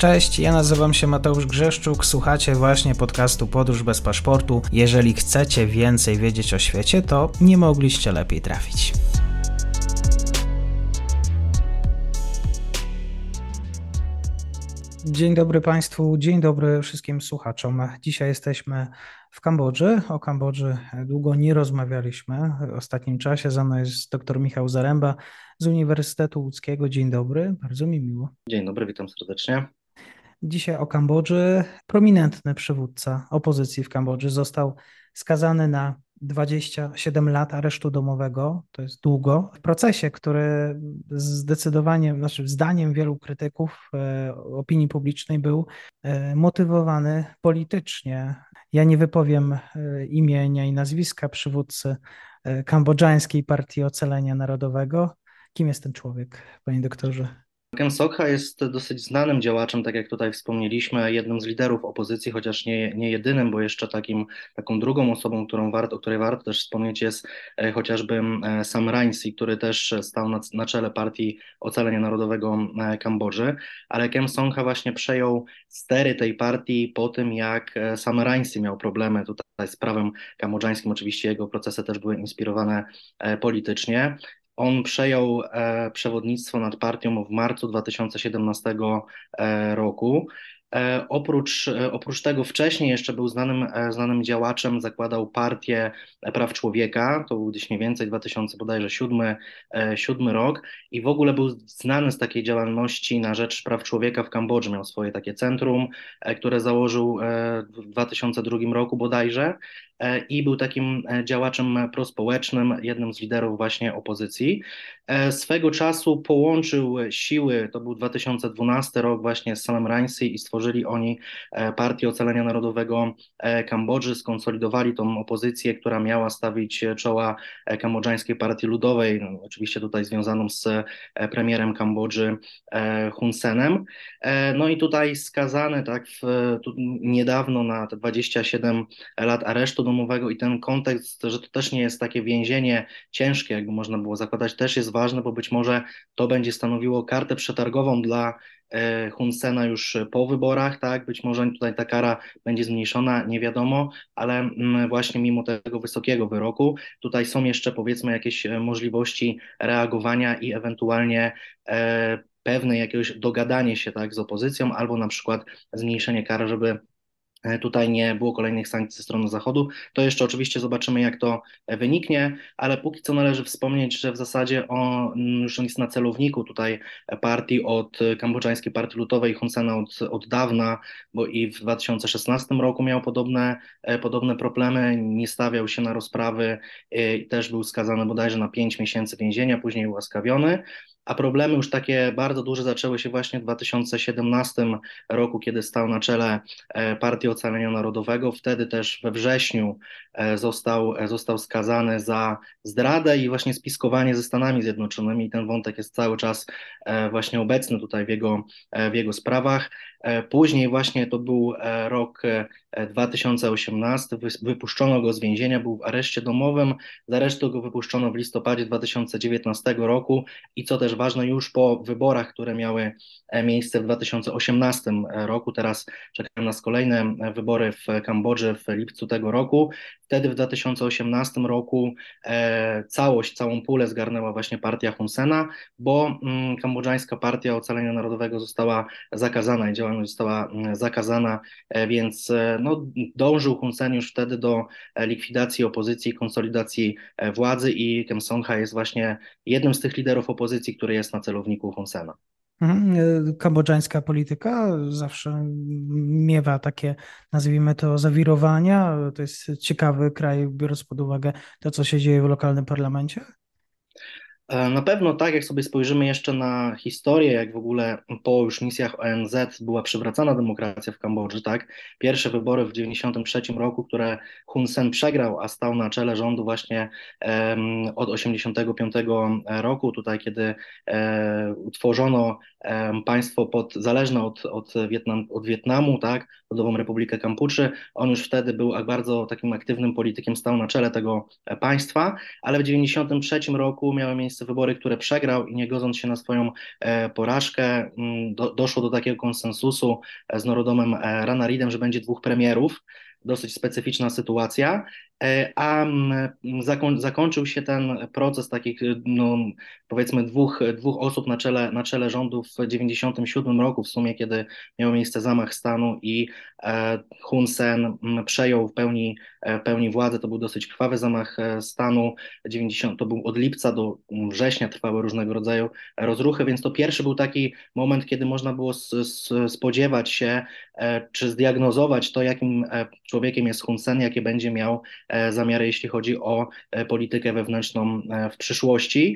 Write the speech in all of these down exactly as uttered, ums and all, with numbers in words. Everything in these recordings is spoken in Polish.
Cześć, ja nazywam się Mateusz Grzeszczuk, słuchacie właśnie podcastu Podróż bez paszportu. Jeżeli chcecie więcej wiedzieć o świecie, to nie mogliście lepiej trafić. Dzień dobry Państwu, dzień dobry wszystkim słuchaczom. Dzisiaj jesteśmy w Kambodży. O Kambodży długo nie rozmawialiśmy w ostatnim czasie. Za mną jest dr Michał Zaręba z Uniwersytetu Łódzkiego. Dzień dobry, bardzo mi miło. Dzień dobry, witam serdecznie. Dzisiaj o Kambodży. Prominentny przywódca opozycji w Kambodży został skazany na dwadzieścia siedem lat aresztu domowego, to jest długo, w procesie, który zdecydowanie, znaczy zdaniem wielu krytyków e, opinii publicznej był e, motywowany politycznie. Ja nie wypowiem e, imienia i nazwiska przywódcy e, kambodżańskiej Partii Ocalenia Narodowego. Kim jest ten człowiek, panie doktorze? Kem Sokha jest dosyć znanym działaczem, tak jak tutaj wspomnieliśmy, jednym z liderów opozycji, chociaż nie, nie jedynym, bo jeszcze takim, taką drugą osobą, którą warto, o której warto też wspomnieć, jest e, chociażby e, Sam Rainsy, który też stał na, na czele Partii Ocalenia Narodowego e, Kambodży, ale Kem Sokha właśnie przejął stery tej partii po tym, jak e, Sam Rainsy miał problemy tutaj z prawem kambodżańskim. Oczywiście jego procesy też były inspirowane e, politycznie. On przejął e, przewodnictwo nad partią w marcu dwa tysiące siedemnastego e, roku. E, oprócz, e, oprócz tego wcześniej jeszcze był znanym, e, znanym działaczem, zakładał Partię Praw Człowieka, to był gdzieś mniej więcej dwa tysiące bodajże siódmy, e, siódmy rok i w ogóle był znany z takiej działalności na rzecz praw człowieka w Kambodży. Miał swoje takie centrum, e, które założył e, w dwa tysiące drugim roku bodajże e, i był takim e, działaczem prospołecznym, jednym z liderów właśnie opozycji. E, swego czasu połączył siły, to był dwa tysiące dwunasty rok właśnie z Samem Rainsy i stworzyli oni e, Partię Ocalenia Narodowego e, Kambodży, skonsolidowali tą opozycję, która miała stawić czoła e, Kambodżańskiej Partii Ludowej, no, oczywiście tutaj związaną z e, premierem Kambodży e, Hun Senem. E, no i tutaj skazany tak w, tu, niedawno na te dwadzieścia siedem lat aresztu domowego i ten kontekst, że to też nie jest takie więzienie ciężkie, jakby można było zakładać, też jest ważne, bo być może to będzie stanowiło kartę przetargową dla e, Hun Sena już po wyborach, tak, być może tutaj ta kara będzie zmniejszona, nie wiadomo, ale mm, właśnie mimo tego wysokiego wyroku, tutaj są jeszcze powiedzmy jakieś e, możliwości reagowania i ewentualnie e, pewne jakiegoś dogadanie się tak z opozycją, albo na przykład zmniejszenie kary, żeby e, tutaj nie było kolejnych sankcji ze strony Zachodu. To jeszcze oczywiście zobaczymy, jak to e, wyniknie, ale póki co należy wspomnieć, że w zasadzie on już on jest na celowniku tutaj partii od e, Kambodżańskiej Partii Ludowej Hun Sena od, od dawna, bo i w dwa tysiące szesnastym roku miał podobne, e, podobne problemy, nie stawiał się na rozprawy e, i też był skazany bodajże na pięć miesięcy więzienia, później ułaskawiony. A problemy już takie bardzo duże zaczęły się właśnie w dwa tysiące siedemnastym roku, kiedy stał na czele e, Partii Ocalenia Narodowego. Wtedy też we wrześniu e, został, e, został skazany za zdradę i właśnie spiskowanie ze Stanami Zjednoczonymi. I ten wątek jest cały czas e, właśnie obecny tutaj w jego, e, w jego sprawach. E, Później właśnie to był e, rok e, dwa tysiące osiemnasty, wy- wypuszczono go z więzienia, był w areszcie domowym, z aresztu go wypuszczono w listopadzie dwa tysiące dziewiętnastego roku i co też ważne, już po wyborach, które miały e, miejsce w dwa tysiące osiemnastym roku, teraz czekają nas kolejne e, wybory w Kambodży w lipcu tego roku. Wtedy w dwa tysiące osiemnastym roku e, całość, całą pulę zgarnęła właśnie partia Hun Sena, bo mm, Kambodżańska Partia Ocalenia Narodowego została zakazana i działalność została mm, zakazana, e, więc e, no, dążył Hun Sen już wtedy do e, likwidacji opozycji, konsolidacji e, władzy i Kem Sokha jest właśnie jednym z tych liderów opozycji, który jest na celowniku Hun Sena. Mhm. Y, Kambodżańska polityka zawsze miewa takie, nazwijmy to, zawirowania. To jest ciekawy kraj, biorąc pod uwagę to, co się dzieje w lokalnym parlamencie. E, Na pewno tak, jak sobie spojrzymy jeszcze na historię, jak w ogóle po już misjach O N Z była przywracana demokracja w Kambodży, tak? Pierwsze wybory w dziewięćdziesiątym trzecim roku, które Hun Sen przegrał, a stał na czele rządu właśnie em, od osiemdziesiątego piątego roku, tutaj kiedy e, utworzono em, państwo pod, zależne od, od, Wietnam, od Wietnamu, tak? Ludową Republikę Kampuczy. On już wtedy był bardzo takim aktywnym politykiem, stał na czele tego e, państwa, ale w dziewięćdziesiątym trzecim roku miały miejsce przez wybory, które przegrał i nie godząc się na swoją porażkę, do, doszło do takiego konsensusu z Norodomem Ranariddem, że będzie dwóch premierów. Dosyć specyficzna sytuacja, a zakoń, zakończył się ten proces takich, no, powiedzmy, dwóch, dwóch osób na czele, na czele rządu w tysiąc dziewięćset dziewięćdziesiątym siódmym roku, w sumie, kiedy miał miejsce zamach stanu i Hun Sen przejął w pełni, w pełni władzę. To był dosyć krwawy zamach stanu, dziewięćdziesiąty, to był od lipca do września trwały różnego rodzaju rozruchy, więc to pierwszy był taki moment, kiedy można było spodziewać się, czy zdiagnozować to, jakim człowiekiem jest Hun Sen, jakie będzie miał zamiary, jeśli chodzi o politykę wewnętrzną w przyszłości.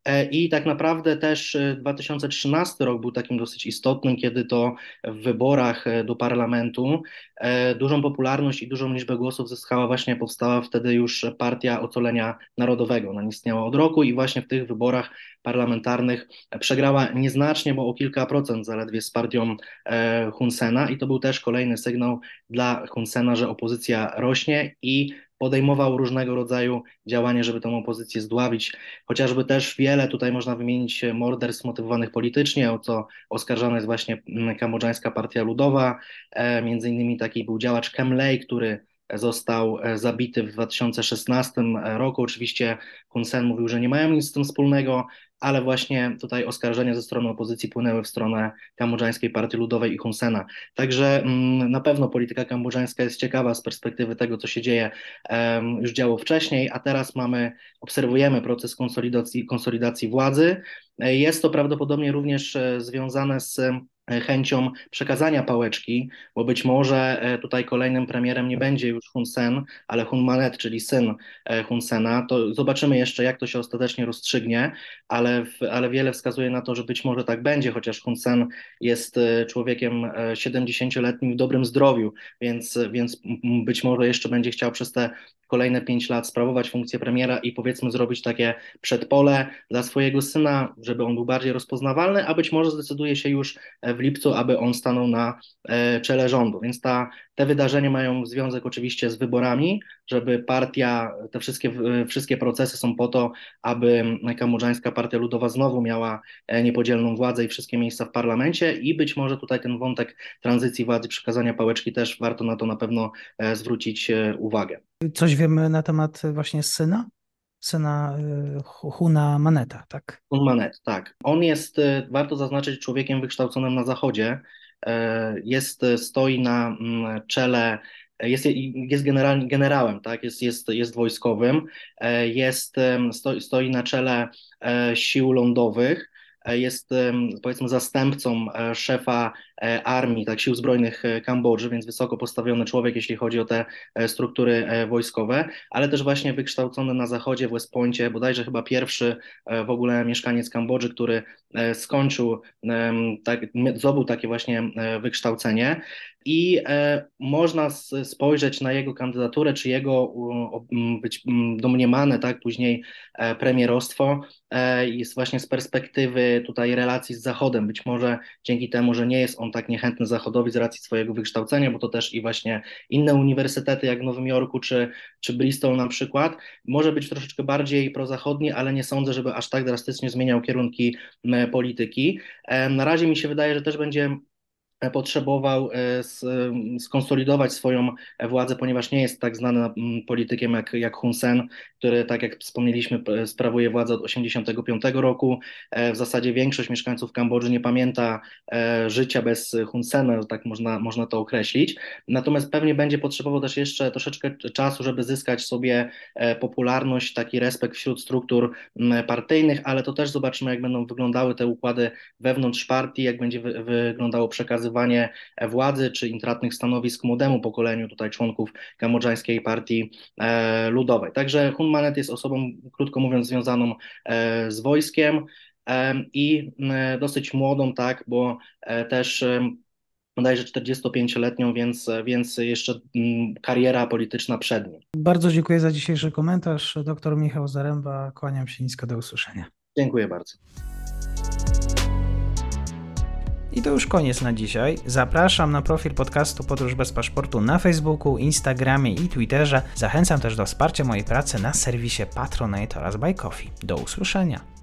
I tak naprawdę też dwa tysiące trzynasty rok był takim dosyć istotnym, kiedy to w wyborach do parlamentu dużą popularność i dużą liczbę głosów zyskała właśnie, powstała wtedy już Partia Ocalenia Narodowego. Ona istniała od roku i właśnie w tych wyborach parlamentarnych przegrała nieznacznie, bo o kilka procent zaledwie z partią Hun Sena, i to był też kolejny sygnał dla Hun Sena, że opozycja rośnie, i podejmował różnego rodzaju działania, żeby tę opozycję zdławić. Chociażby też wiele tutaj można wymienić morderstw motywowanych politycznie, o co oskarżana jest właśnie Kambodżańska Partia Ludowa. Między innymi taki był działacz Kem Lay, który został zabity w dwa tysiące szesnastym roku. Oczywiście Hun Sen mówił, że nie mają nic z tym wspólnego, ale właśnie tutaj oskarżenia ze strony opozycji płynęły w stronę Kambodżańskiej Partii Ludowej i Hun Sena. Także mm, na pewno polityka kambodżańska jest ciekawa z perspektywy tego, co się dzieje, um, już działo wcześniej, a teraz mamy, obserwujemy proces konsolidacji, konsolidacji władzy. Jest to prawdopodobnie również związane z chęcią przekazania pałeczki, bo być może tutaj kolejnym premierem nie będzie już Hun Sen, ale Hun Manet, czyli syn Hun Sena. To zobaczymy jeszcze, jak to się ostatecznie rozstrzygnie, ale, ale wiele wskazuje na to, że być może tak będzie, chociaż Hun Sen jest człowiekiem siedemdziesięcioletnim w dobrym zdrowiu, więc, więc być może jeszcze będzie chciał przez te kolejne pięć lat sprawować funkcję premiera i, powiedzmy, zrobić takie przedpole dla swojego syna, żeby on był bardziej rozpoznawalny, a być może zdecyduje się już w lipcu, aby on stanął na czele rządu. Więc ta, te wydarzenia mają związek oczywiście z wyborami, żeby partia, te wszystkie, wszystkie procesy są po to, aby Kambodżańska Partia Ludowa znowu miała niepodzielną władzę i wszystkie miejsca w parlamencie, i być może tutaj ten wątek tranzycji władzy, przekazania pałeczki, też warto na to na pewno zwrócić uwagę. Coś wiemy na temat właśnie syna? Syna Huna Maneta, tak? Hun Manet, tak. On jest, warto zaznaczyć, człowiekiem wykształconym na Zachodzie. Jest, stoi na czele, jest, jest generalnie generałem, tak? Jest, jest, jest wojskowym, jest, stoi, stoi na czele sił lądowych. Jest, powiedzmy, zastępcą szefa armii, tak, sił zbrojnych Kambodży, więc wysoko postawiony człowiek, jeśli chodzi o te struktury wojskowe, ale też właśnie wykształcony na Zachodzie, w West Poincie, bodajże chyba pierwszy w ogóle mieszkaniec Kambodży, który skończył, tak, zdobył takie właśnie wykształcenie. I e, można spojrzeć na jego kandydaturę, czy jego o, być domniemane, tak, później e, premierostwo e, jest właśnie z perspektywy tutaj relacji z Zachodem. Być może dzięki temu, że nie jest on tak niechętny Zachodowi z racji swojego wykształcenia, bo to też i właśnie inne uniwersytety jak w Nowym Jorku czy, czy Bristol na przykład, może być troszeczkę bardziej prozachodni, ale nie sądzę, żeby aż tak drastycznie zmieniał kierunki e, polityki. E, na razie mi się wydaje, że też będzie potrzebował skonsolidować swoją władzę, ponieważ nie jest tak znanym politykiem jak, jak Hun Sen, który, tak jak wspomnieliśmy, sprawuje władzę od osiemdziesiątego piątego roku. W zasadzie większość mieszkańców Kambodży nie pamięta życia bez Hun Sena, tak można, można to określić. Natomiast pewnie będzie potrzebował też jeszcze troszeczkę czasu, żeby zyskać sobie popularność, taki respekt wśród struktur partyjnych, ale to też zobaczymy, jak będą wyglądały te układy wewnątrz partii, jak będzie wy, wyglądało przekazywanie władzy czy intratnych stanowisk młodemu pokoleniu tutaj członków Kambodżańskiej Partii e, Ludowej. Także Hun Manet jest osobą, krótko mówiąc, związaną e, z wojskiem e, i e, dosyć młodą, tak, bo e, też e, bodajże czterdziestopięcioletnią, więc, więc jeszcze m, kariera polityczna przed nim. Bardzo dziękuję za dzisiejszy komentarz. Doktor Michał Zaręba, kłaniam się nisko, do usłyszenia. Dziękuję bardzo. I to już koniec na dzisiaj. Zapraszam na profil podcastu Podróż bez paszportu na Facebooku, Instagramie i Twitterze. Zachęcam też do wsparcia mojej pracy na serwisie Patronite oraz Buy Coffee. Do usłyszenia.